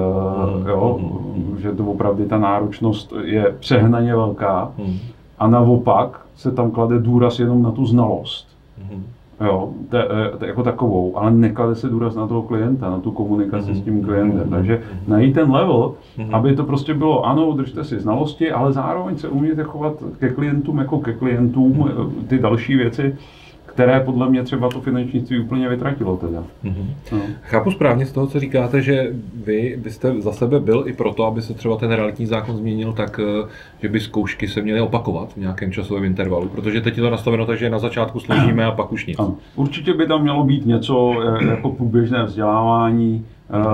Že to opravdu ta náročnost je přehnaně velká a naopak se tam klade důraz jenom na tu znalost. Jako takovou, ale neklade se důraz na toho klienta, na tu komunikaci s tím klientem. Takže najít ten level, aby to prostě bylo, ano, držte si znalosti, ale zároveň se umíte chovat ke klientům jako ke klientům, ty další věci, které podle mě třeba to finančnictví úplně vytratilo teda. Chápu správně z toho, co říkáte, že vy byste za sebe byl i proto, aby se třeba ten realitní zákon změnil tak, že by zkoušky se měly opakovat v nějakém časovém intervalu, protože teď je to nastaveno tak, že na začátku složíme a pak už nic. Ano. Určitě by tam mělo být něco jako průběžné vzdělávání,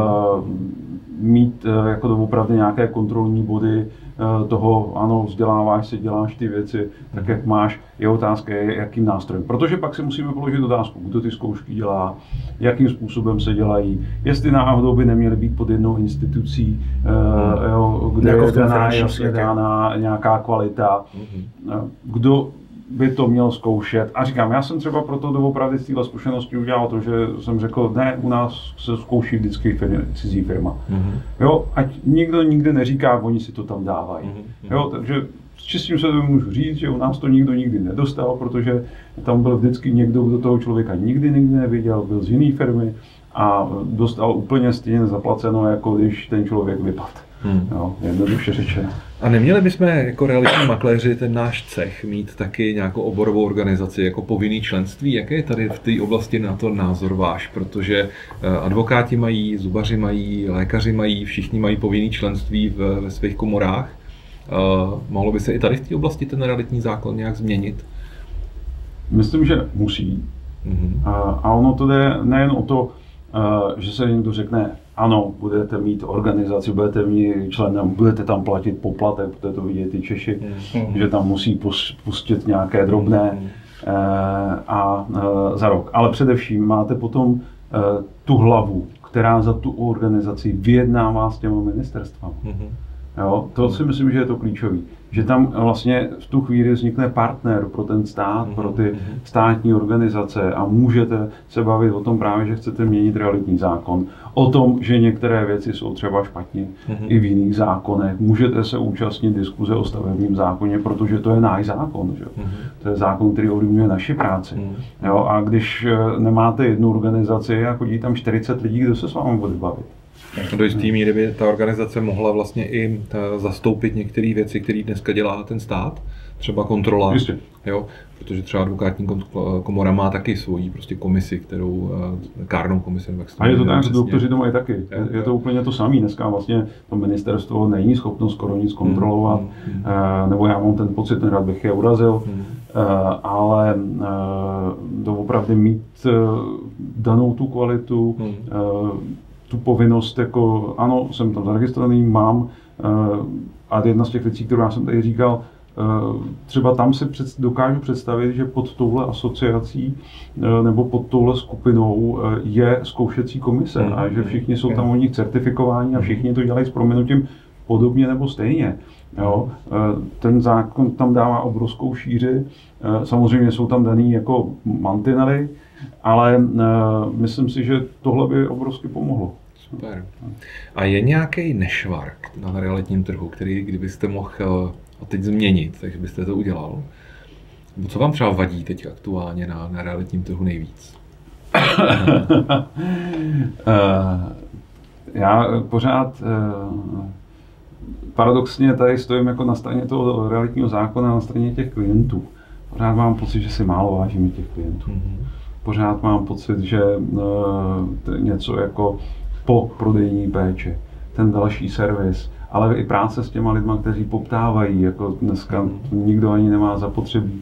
mít jako doopravdy nějaké kontrolní body toho, ano, vzděláváš se, děláš ty věci tak, jak máš, je otázka, jakým nástrojem. Protože pak si musíme položit otázku, kdo ty zkoušky dělá, jakým způsobem se dělají, jestli náhodou by neměly být pod jednou institucí, kde je dána nějaká kvalita, kdo by to měl zkoušet. A říkám, já jsem třeba proto doopravdy z téhle zkušenosti udělal to, že jsem řekl, ne, u nás se zkouší vždycky cizí firma. Ať nikdo nikdy neříká, oni si to tam dávají. Takže s čistým svědomím můžu říct, že u nás to nikdo nikdy nedostal, protože tam byl vždycky někdo, kdo toho člověka nikdy neviděl, byl z jiné firmy a dostal úplně stejně zaplaceno, jako když ten člověk vypadl. Jednoduše řečeno. A neměli bychom jako realitní makléři ten náš cech mít taky nějakou oborovou organizaci jako povinný členství? Jaký je tady v té oblasti na to názor váš? Protože advokáti mají, zubaři mají, lékaři mají, všichni mají povinný členství ve svých komorách. Mohlo by se i tady v té oblasti ten realitní zákon nějak změnit? Myslím, že musí. A ono to jde nejen o to, že se někdo řekne, ano, budete mít organizaci, budete mít členem, budete tam platit poplatek, protože to vidějí ty Češi, že tam musí pustit nějaké drobné za rok. Ale především máte potom tu hlavu, která za tu organizaci vyjednává s těma ministerstvama. To si myslím, že je to klíčový. Že tam vlastně v tu chvíli vznikne partner pro ten stát, pro ty státní organizace a můžete se bavit o tom právě, že chcete měnit realitní zákon. O tom, že některé věci jsou třeba špatně i v jiných zákonech. Můžete se účastnit diskuze o stavebním zákoně, protože to je náš zákon. Že? To je zákon, který ovlivňuje naši práci. A když nemáte jednu organizaci a chodí tam 40 lidí, kdo se s vámi bude bavit? Do jisté míry by ta organizace mohla vlastně i zastoupit některé věci, které dneska dělá ten stát, třeba kontrola. Jistě. Jo, protože třeba advokátní komora má taky svoji prostě komisi, kterou kárnou komisi. A je to tak, že doktoři to mají taky. Je to úplně to samé. Dneska vlastně to ministerstvo není schopno skoro nic kontrolovat, nebo já mám ten pocit, nerad bych je urazil, ale doopravdy mít danou tu kvalitu, tu povinnost, jako ano, jsem tam zaregistrovaný, mám, a jedna z těch věcí, kterou já jsem tady říkal, třeba tam si dokážu představit, že pod touhle asociací nebo pod touhle skupinou je zkoušecí komise a že všichni jsou tam od nich certifikováni a všichni to dělají s prominutím podobně nebo stejně. Jo? Ten zákon tam dává obrovskou šíři, samozřejmě jsou tam daný jako mantinely, ale myslím si, že tohle by obrovsky pomohlo. Super. A je nějaký nešvar na realitním trhu, který kdybyste mohl teď změnit, takže byste to udělal? Co vám třeba vadí teď aktuálně na realitním trhu nejvíc? Já pořád paradoxně tady stojím jako na straně toho realitního zákona, na straně těch klientů. Pořád mám pocit, že si málo vážíme těch klientů. Pořád mám pocit, že něco jako po prodejní péče, ten další servis, ale i práce s těma lidma, kteří poptávají, jako dneska nikdo ani nemá zapotřebí.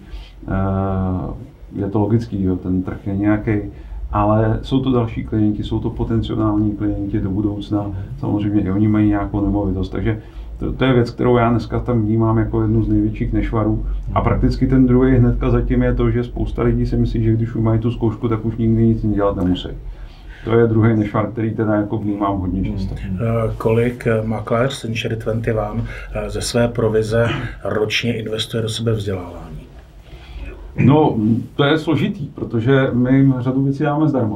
Je to logický, jo, ten trh je nějaký, ale jsou to další klienti, jsou to potenciální klienti do budoucna, samozřejmě i oni mají nějakou nemovitost, takže to je věc, kterou já dneska tam vnímám jako jednu z největších nešvarů. A prakticky ten druhý hnedka zatím je to, že spousta lidí si myslí, že když už mají tu zkoušku, tak už nikdy nic dělat nemusí. To je druhý nešvar, který teda jako vnímám hodně často. Kolik makléř Century 21 ze své provize ročně investuje do sebevzdělávání? No, to je složitý, protože my jim řadu věcí dáme zdarma.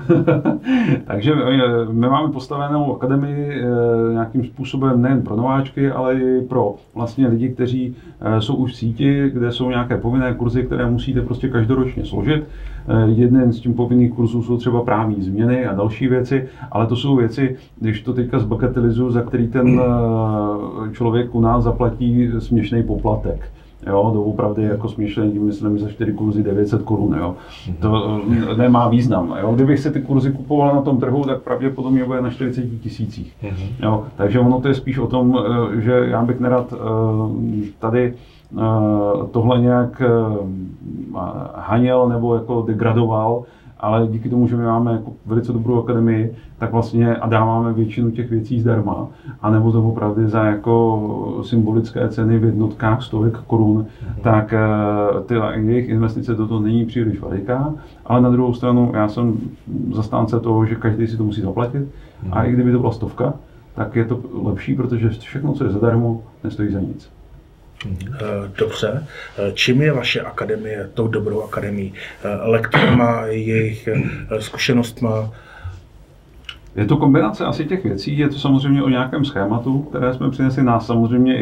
Takže my máme postavenou akademii nějakým způsobem nejen pro nováčky, ale i pro vlastně lidi, kteří jsou už v síti, kde jsou nějaké povinné kurzy, které musíte prostě každoročně složit. Jeden z těch povinných kurzů jsou třeba právní změny a další věci, ale to jsou věci, když to teďka zbagatelizuju, za který ten člověk u nás zaplatí směšný poplatek. Jo, doopravdy jako směšný, myslím, za 4 kurzy 900 korun, jo. To nemá význam, jo. Kdybych si ty kurzy kupoval na tom trhu, tak pravděpodobně bude na 40 000. Jo. Takže ono to je spíš o tom, že já bych nerad tady tohle nějak haněl nebo jako degradoval, ale díky tomu, že my máme jako velice dobrou akademii, tak vlastně a dáváme většinu těch věcí zdarma, anebo to opravdu za jako symbolické ceny v jednotkách stovek korun, tak ty jejich investice do toho není příliš veliká, ale na druhou stranu já jsem zastánce toho, že každý si to musí zaplatit a i kdyby to byla 100, tak je to lepší, protože všechno, co je zadarmo, nestojí za nic. Dobře. Čím je vaše akademie tou dobrou akademií? Lektorama, jejich zkušenostma? Je to kombinace asi těch věcí, je to samozřejmě o nějakém schématu, které jsme přinesli. Nás samozřejmě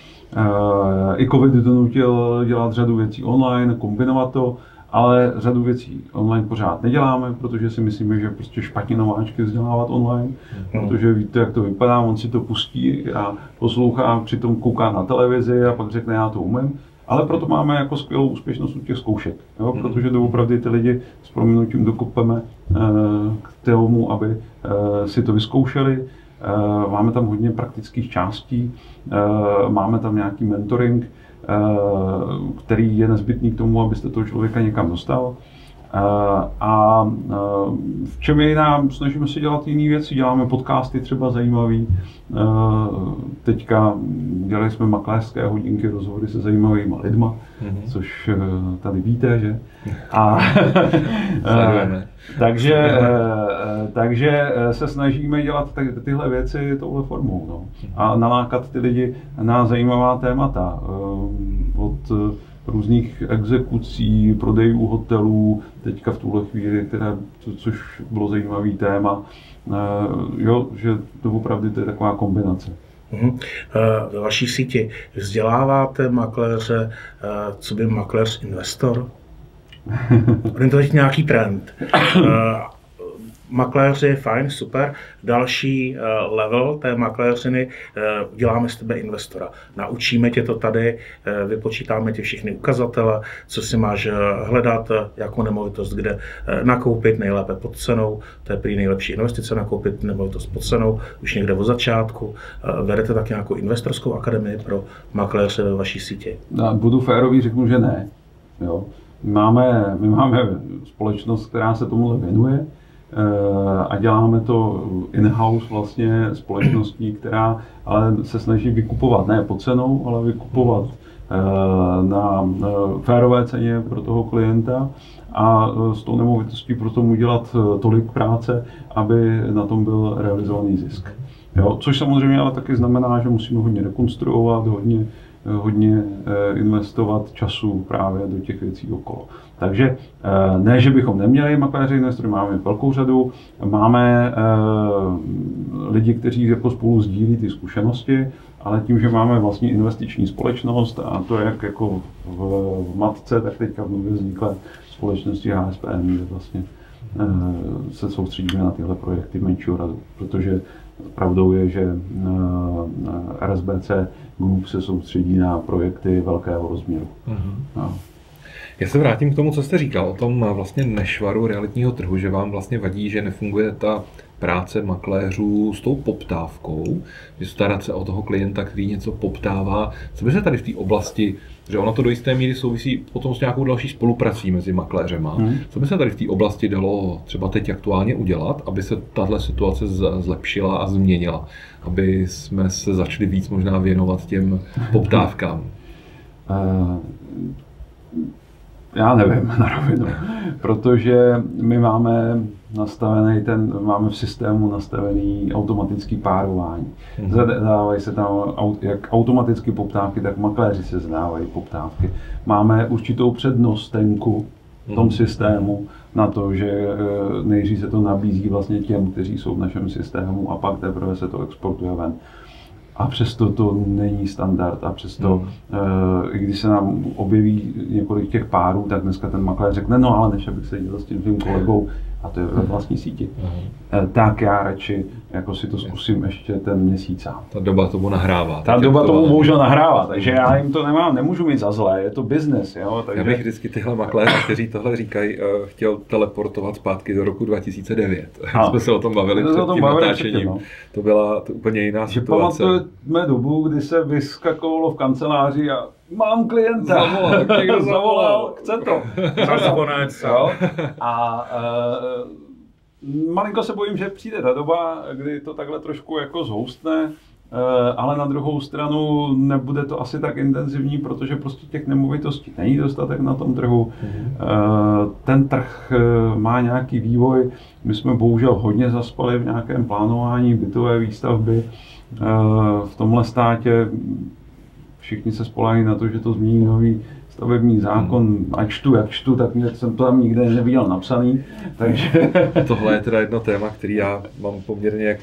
i COVID donutil dělat řadu věcí online, kombinovat to, ale řadu věcí online pořád neděláme, protože si myslíme, že prostě špatně nováčky vzdělávat online, protože víte, jak to vypadá, on si to pustí a poslouchá, přitom kouká na televizi a pak řekne, já to umím. Ale proto máme jako skvělou úspěšnost u těch zkoušek, jo? Protože doopravdy ty lidi s prominutím dokopeme k tomu, aby si to vyzkoušeli. Máme tam hodně praktických částí, máme tam nějaký mentoring, který je nezbytný k tomu, abyste toho člověka někam dostal. A v čem je jiná, snažíme se dělat jiné věci, děláme podcasty třeba zajímavý. Teďka dělali jsme makléřské hodinky, rozhovory se zajímavými lidma, což tady víte, že? A takže se snažíme dělat tyhle věci touhle formou, no. A nalákat ty lidi na zajímavá témata. Od různých exekucí, prodejů hotelů, teďka v tuhle chvíli, což bylo zajímavý téma, jo, že to opravdu to je taková kombinace. Ve vaší síti vzděláváte makléře, co by makléř investor? On je to teď nějaký trend. makléři, fajn, super. Další level té makléřiny, děláme z tebe investora. Naučíme tě to tady, vypočítáme ti všechny ukazatele, co si máš hledat, jakou nemovitost, kde nakoupit nejlépe pod cenou. To je prý nejlepší investice, nakoupit nemovitost pod cenou, už někde od začátku. Vedete taky nějakou investorskou akademii pro makléře ve vaší síti? Budu férový, řeknu, že ne. Jo. My máme společnost, která se tomuhle věnuje a děláme to in-house vlastně společností, která ale se snaží vykupovat, ne pod cenou, ale vykupovat na férové ceně pro toho klienta a s tou nemovitostí pro tomu udělat tolik práce, aby na tom byl realizovaný zisk. Jo, což samozřejmě ale taky znamená, že musíme hodně rekonstruovat, hodně investovat času právě do těch věcí okolo. Takže ne, že bychom neměli makléře investory, máme velkou řadu, máme lidi, kteří jako spolu sdílí ty zkušenosti, ale tím, že máme vlastní investiční společnost a to jak jako v matce, tak teďka v nově vzniklé společnosti HSPM, kde vlastně se soustředíme na tyhle projekty menšího radu, protože pravdou je, že RSBC Group se soustředí na projekty velkého rozměru. No. Já se vrátím k tomu, co jste říkal o tom vlastně nešvaru realitního trhu, že vám vlastně vadí, že nefunguje ta práce makléřů s tou poptávkou, že starat se o toho klienta, který něco poptává. Co by se tady v té oblasti, že ono to do jisté míry souvisí potom s nějakou další spoluprací mezi makléřema, co by se tady v té oblasti dalo třeba teď aktuálně udělat, aby se tahle situace zlepšila a změnila, aby jsme se začali víc možná věnovat těm poptávkám? Já nevím na rovinu, protože my máme v systému nastavený automatický párování. Zadávají se tam jak automaticky poptávky, tak makléři se zadávají poptávky. Máme určitou přednostenku v tom systému na to, že nejdřív se to nabízí vlastně těm, kteří jsou v našem systému a pak teprve se to exportuje ven. A přesto to není standard a přesto, i když se nám objeví několik těch párů, tak dneska ten makléř řekne, no ale než abych se dělal s tím tvým kolegou, a to je ve vlastní síti, tak já radši jako si to zkusím ještě ten měsíc sám. Ta doba tomu nahrává. Ta doba tomu bohužel nahrává, takže já jim to nemůžu mít za zlé, je to business. Jo, takže... Já bych vždycky tyhle makléři, kteří tohle říkají, chtěl teleportovat zpátky do roku 2009. Jsme se o tom bavili před tím natáčením. No. To byla úplně jiná situace. Pamatujeme dobu, kdy se vyskakovalo v kanceláři a mám klienta, někdo zavolal, chce to. Konec. A malinko se bojím, že přijde ta doba, kdy to takhle trošku jako zhoustne, ale na druhou stranu nebude to asi tak intenzivní, protože prostě těch nemovitostí není dostatek na tom trhu. Ten trh má nějaký vývoj, my jsme bohužel hodně zaspali v nějakém plánování bytové výstavby v tomhle státě. Všichni se spoléhají na to, že to změní nový stavební zákon, a jak čtu, tak jsem to tam nikde neviděl napsaný, takže... Tohle je teda jedno téma, který já mám poměrně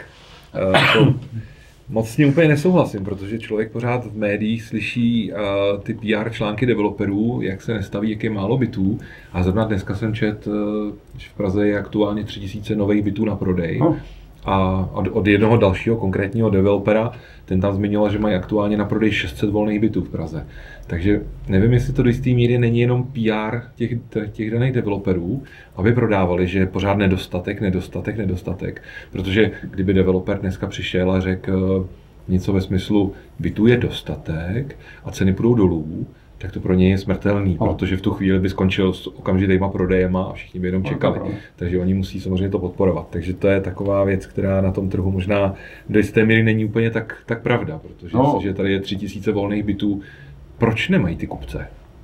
moc s ním úplně nesouhlasím, protože člověk pořád v médiích slyší ty PR články developerů, jak se nestaví, jak je málo bytů, a zrovna dneska jsem četl, že v Praze je aktuálně 3000 nových bytů na prodej. A od jednoho dalšího konkrétního developera, ten tam zmiňoval, že mají aktuálně na prodej 600 volných bytů v Praze. Takže nevím, jestli to do jisté míry není jenom PR těch daných developerů, aby prodávali, že je pořád nedostatek. Protože kdyby developer dneska přišel a řekl něco ve smyslu bytů je dostatek a ceny půjdou dolů, tak to pro něj je smrtelný, protože v tu chvíli by skončil s okamžitýma prodejema a všichni by jenom čekali. Takže oni musí samozřejmě to podporovat. Takže to je taková věc, která na tom trhu možná do jisté míry není úplně tak pravda, protože jestliže tady je 3000 volných bytů, proč nemají ty kupce?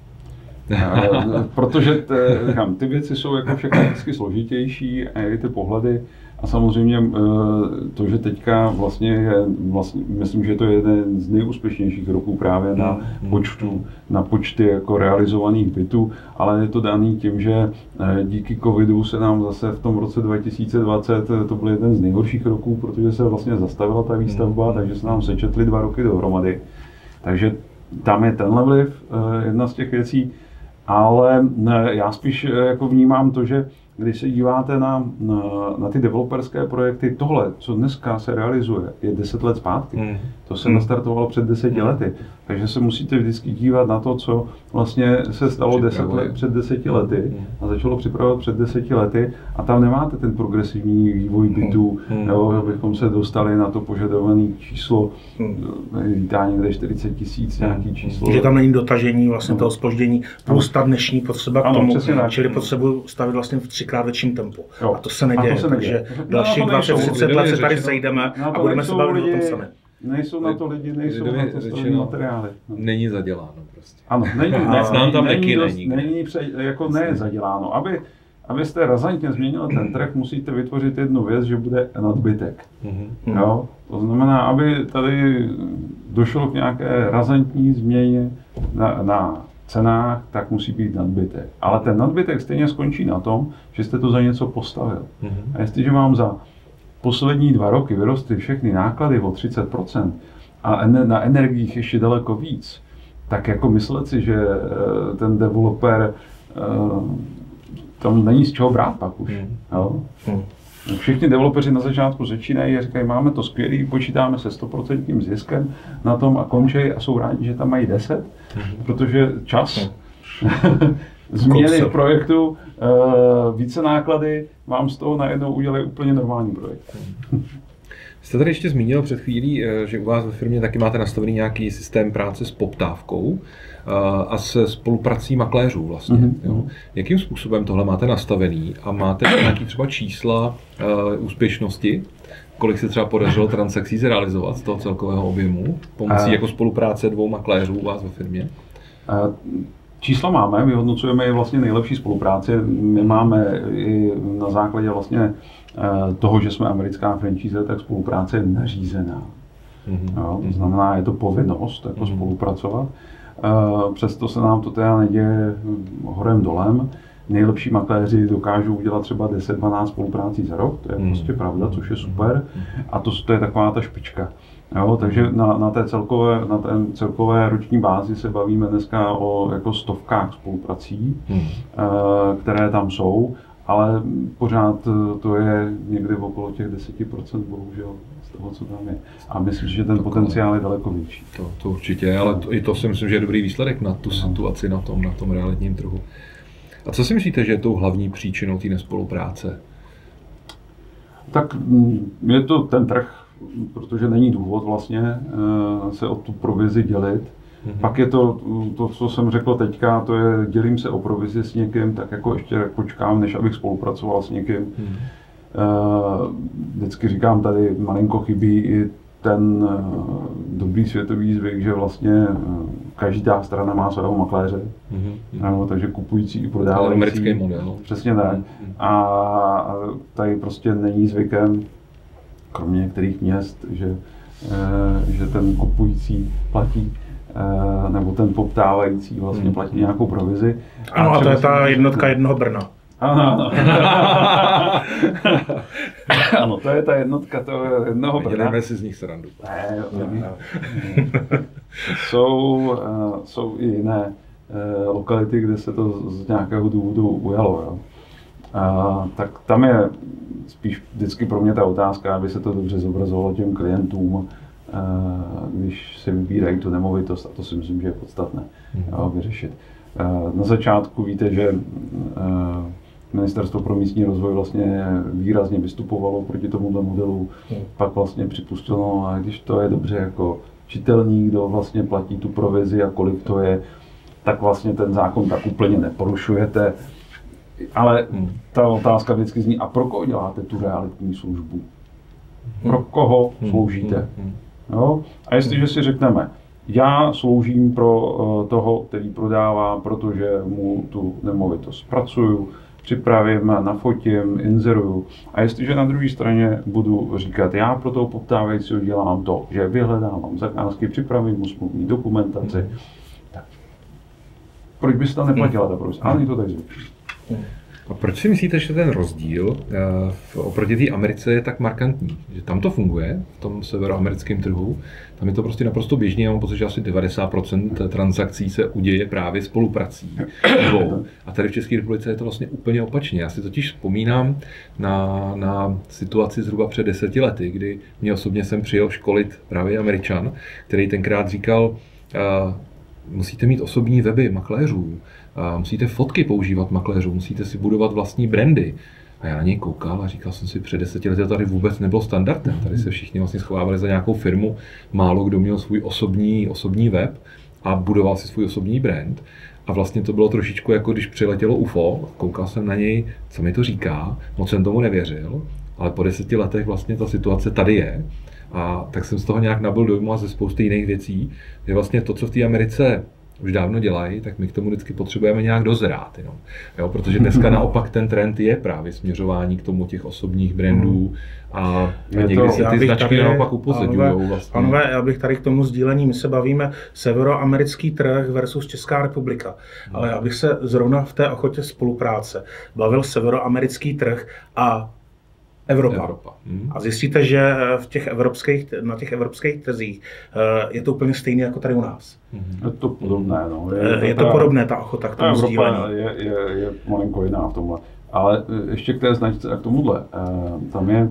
Protože ty věci jsou jako všechno vždycky složitější a i ty pohledy. A samozřejmě to, že teďka vlastně myslím, že to je jeden z nejúspěšnějších roků právě na počty jako realizovaných bytů, ale je to daný tím, že díky covidu se nám zase v tom roce 2020 to byl jeden z nejhorších roků, protože se vlastně zastavila ta výstavba, takže se nám sečetly 2 roky dohromady. Takže tam je tenhle vliv, jedna z těch věcí, ale já spíš jako vnímám to, že když se díváte na ty developerské projekty, tohle, co dneska se realizuje, je 10 let zpátky. To se nastartovalo před 10 lety. Takže se musíte vždycky dívat na to, co vlastně se stalo před 10 lety a začalo připravovat před 10 lety a tam nemáte ten progresivní vývoj bytů, nebo abychom se dostali na to požadované číslo, vítá někde 40 000 nějaký číslo. Že tam není dotažení vlastně toho zpoždění, plus ta dnešní potřeba k tomu, čili potřebuji stavit vlastně v 3x větším tempu. A to se neděje, takže dalších 20-30 let se tady sejdeme a budeme se bavit o tom sami. Nejsou na to lidi, nejsou na to stavební materiály. Není zaděláno prostě. Ano, není jako zaděláno. Abyste razantně změnili ten trh, musíte vytvořit jednu věc, že bude nadbytek. Jo? To znamená, aby tady došlo k nějaké razantní změně na cenách, tak musí být nadbytek. Ale ten nadbytek stejně skončí na tom, že jste to za něco postavil. A jestliže vám za poslední 2 roky vyrostly všechny náklady o 30% a na energiích ještě daleko víc, tak jako myslet si, že ten developer tam není z čeho brát pak už. Jo? Všichni developeři na začátku začínají a říkají, máme to skvělý, počítáme se 100% ziskem na tom a končí a jsou rádi, že tam mají 10, protože čas změny v projektu, více náklady, vám z toho najednou udělají úplně normální projekt. Jste tady ještě zmínil před chvílí, že u vás ve firmě taky máte nastavený nějaký systém práce s poptávkou a se spoluprací makléřů vlastně. Jo. Jakým způsobem tohle máte nastavený a máte nějaký třeba čísla úspěšnosti? Kolik se třeba podařilo transakcí zrealizovat z toho celkového objemu pomocí jako spolupráce 2 makléřů u vás ve firmě? Čísla máme, vyhodnocujeme i vlastně nejlepší spolupráci. My máme i na základě vlastně toho, že jsme americká franchise, tak spolupráce je nařízená. Jo, to znamená, je to povinnost jako spolupracovat. Přesto se nám to teda neděje horem dolem. Nejlepší makléři dokážou udělat třeba 10-12 spoluprácí za rok, to je prostě pravda, což je super. A to je taková ta špička. Jo, takže na té celkové roční bázi se bavíme dneska o jako stovkách spoluprací, které tam jsou, ale pořád to je někdy okolo těch 10%, bohužel, z toho, co tam je. A myslím, že ten potenciál je daleko větší. To určitě, ale i to si myslím, že je dobrý výsledek na tu situaci na tom realitním trhu. A co si myslíte, že je tou hlavní příčinou té nespolupráce? Tak je to ten trh, protože není důvod vlastně se o tu provizi dělit. Pak je to, co jsem řekl teďka, to je dělím se o provizi s někým, tak jako ještě počkám, než abych spolupracoval s někým. Vždycky říkám, tady malinko chybí i ten dobrý světový zvyk, že vlastně každá strana má svého makléře, takže kupující i prodávající. Americký model. Přesně tak. A tady prostě není zvykem, kromě některých měst, že ten kupující platí, nebo ten poptávající vlastně platí nějakou provizi. Ano, a to je ta jednotka jednoho Brna. Ano. Ano, to je ta jednotka toho jednoho Brna. Děláme si z nich srandu. Jsou i jiné lokality, kde se to z nějakého důvodu ujalo. Jo. Tak tam je spíš vždycky pro mě ta otázka, aby se to dobře zobrazovalo těm klientům, když si vybírají tu nemovitost, a to si myslím, že je podstatné vyřešit. Na začátku víte, že Ministerstvo pro místní rozvoj vlastně výrazně vystupovalo proti tomuto modelu, pak vlastně připustilo, a když to je dobře jako čitelný, kdo vlastně platí tu provizi a kolik to je, tak vlastně ten zákon tak úplně neporušujete. Ale ta otázka vždycky zní, a pro koho děláte tu realitní službu? Pro koho sloužíte? Jo? A jestliže si řekneme, já sloužím pro toho, který prodává, protože mu tu nemovitost zpracuju, připravím, nafotím, inzeruju. A jestliže na druhé straně budu říkat, já pro toho poptávajícího dělám to, že vyhledávám zakázky, připravím mu smluvní dokumentaci, tak proč byste tam neplatila ta provize? Ale to tak zvyčí. A proč si myslíte, že ten rozdíl oproti té Americe je tak markantní? Že tam to funguje, v tom severoamerickém trhu, tam je to prostě naprosto běžný, já mám pocit, že asi 90% transakcí se uděje právě spoluprací. A tady v České republice je to vlastně úplně opačně. Já si totiž vzpomínám na situaci zhruba před 10 lety, kdy mě osobně jsem přijel školit právě Američan, který tenkrát říkal, musíte mít osobní weby makléřů, musíte fotky používat makléřů, musíte si budovat vlastní brandy. A já na něj koukal a říkal jsem si, před 10 lety tady vůbec nebylo standardem. Tady se všichni vlastně schovávali za nějakou firmu, málo kdo měl svůj osobní web a budoval si svůj osobní brand. A vlastně to bylo trošičku jako když přiletělo UFO, koukal jsem na něj, co mi to říká, moc jsem tomu nevěřil, ale po 10 letech vlastně ta situace tady je. A tak jsem z toho nějak nabyl dojmu a ze spousty jiných věcí, že vlastně to, co v té Americe už dávno dělají, tak my k tomu vždycky potřebujeme nějak dozrát. Jo, protože dneska naopak ten trend je právě směřování k tomu těch osobních brandů a někdy se ty značky naopak upozorňují. Vlastně. Pánové, já bych tady k tomu sdílení, my se bavíme severoamerický trh versus Česká republika, ale já bych se zrovna v té ochotě spolupráce bavil severoamerický trh a Evropa. A zjistíte, že na těch evropských trzích je to úplně stejné jako tady u nás. Je to podobné, no. Je to podobné, ta ochota k tomu sdílení. Je malinko jiná v tomhle. Ale ještě k té značce a k tomuhle. Tam je,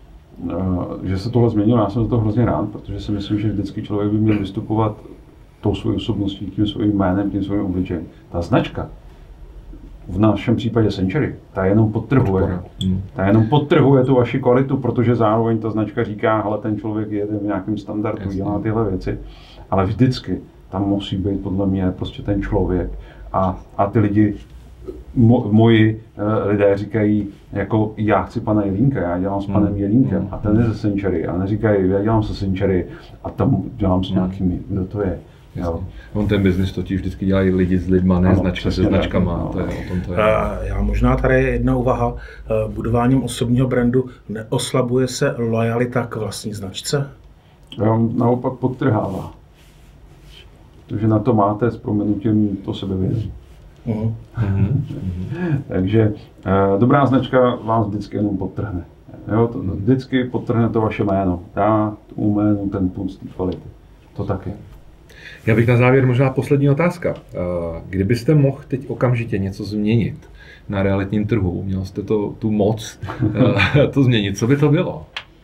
že se tohle změnilo, já jsem za to hrozně rád, protože si myslím, že vždycky člověk by měl vystupovat tou svojí osobností, tím svým jménem, tím svým obličejem. Ta značka, v našem případě Century, ta jenom podtrhuje tu vaši kvalitu, protože zároveň ta značka říká, hele, ten člověk jede v nějakém standardu, dělá tyhle věci, ale vždycky tam musí být podle mě prostě ten člověk a ty lidi, moji lidé říkají, jako já chci pana Jelínka, já dělám s panem Jelínkem a ten je ze Century a neříkají, já dělám se Century a tam dělám s nějakými, kdo to je. Jo. On ten biznis totiž vždycky dělají lidi s lidma, ne značky se značkama. To je, o tom to je. Já možná tady je jedna úvaha. Budováním osobního brandu neoslabuje se lojalita k vlastní značce? Já naopak podtrhává. Protože na to máte s prominutím to sebevědomí. Takže dobrá značka vás vždycky jenom podtrhne. Jo, to vždycky podtrhne to vaše jméno. Dá tomu jménu ten puls té kvality. To taky. Já bych na závěr možná poslední otázka. Kdybyste mohl teď okamžitě něco změnit na realitním trhu, měl jste tu moc to změnit, co by to bylo?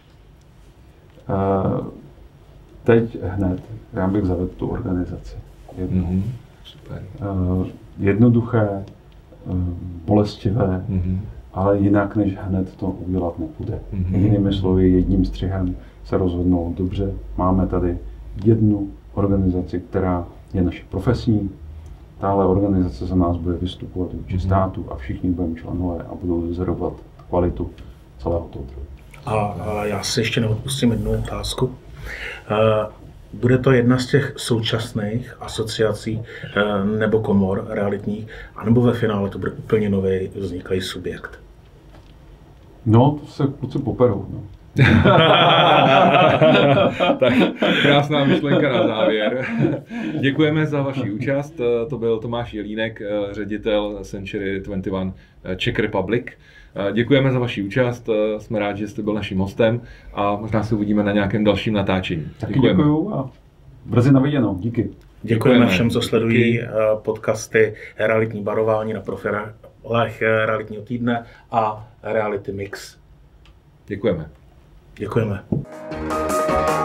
Teď hned já bych zavedl tu organizaci. Super. Jednoduché, bolestivé, ale jinak než hned to udělat nepůjde. Jinými slovy, jedním střihem se rozhodnou, dobře, máme tady jednu organizaci, která je naše profesní. Tahle organizace za nás bude vystupovat vůči státu a všichni budeme členové a budou dozorovat kvalitu celého toho trhu. A já si ještě neodpustím jednu otázku. Bude to jedna z těch současných asociací nebo komor realitních, anebo ve finále to bude úplně nový vzniklý subjekt? No, to se kluci poperou. No. Tak krásná myšlenka na závěr. Děkujeme za vaši účast. To byl Tomáš Jelínek, ředitel Century 21 Czech Republic. Děkujeme za vaši účast, jsme rádi, že jste byl naším hostem a možná se uvidíme na nějakém dalším natáčení. Taky děkuju a brzy na viděnou. Díky. Děkujeme všem, co sledují podcasty Realitní barování na profilech Realitního týdne a Reality Mix. Děkujeme. Děkujeme.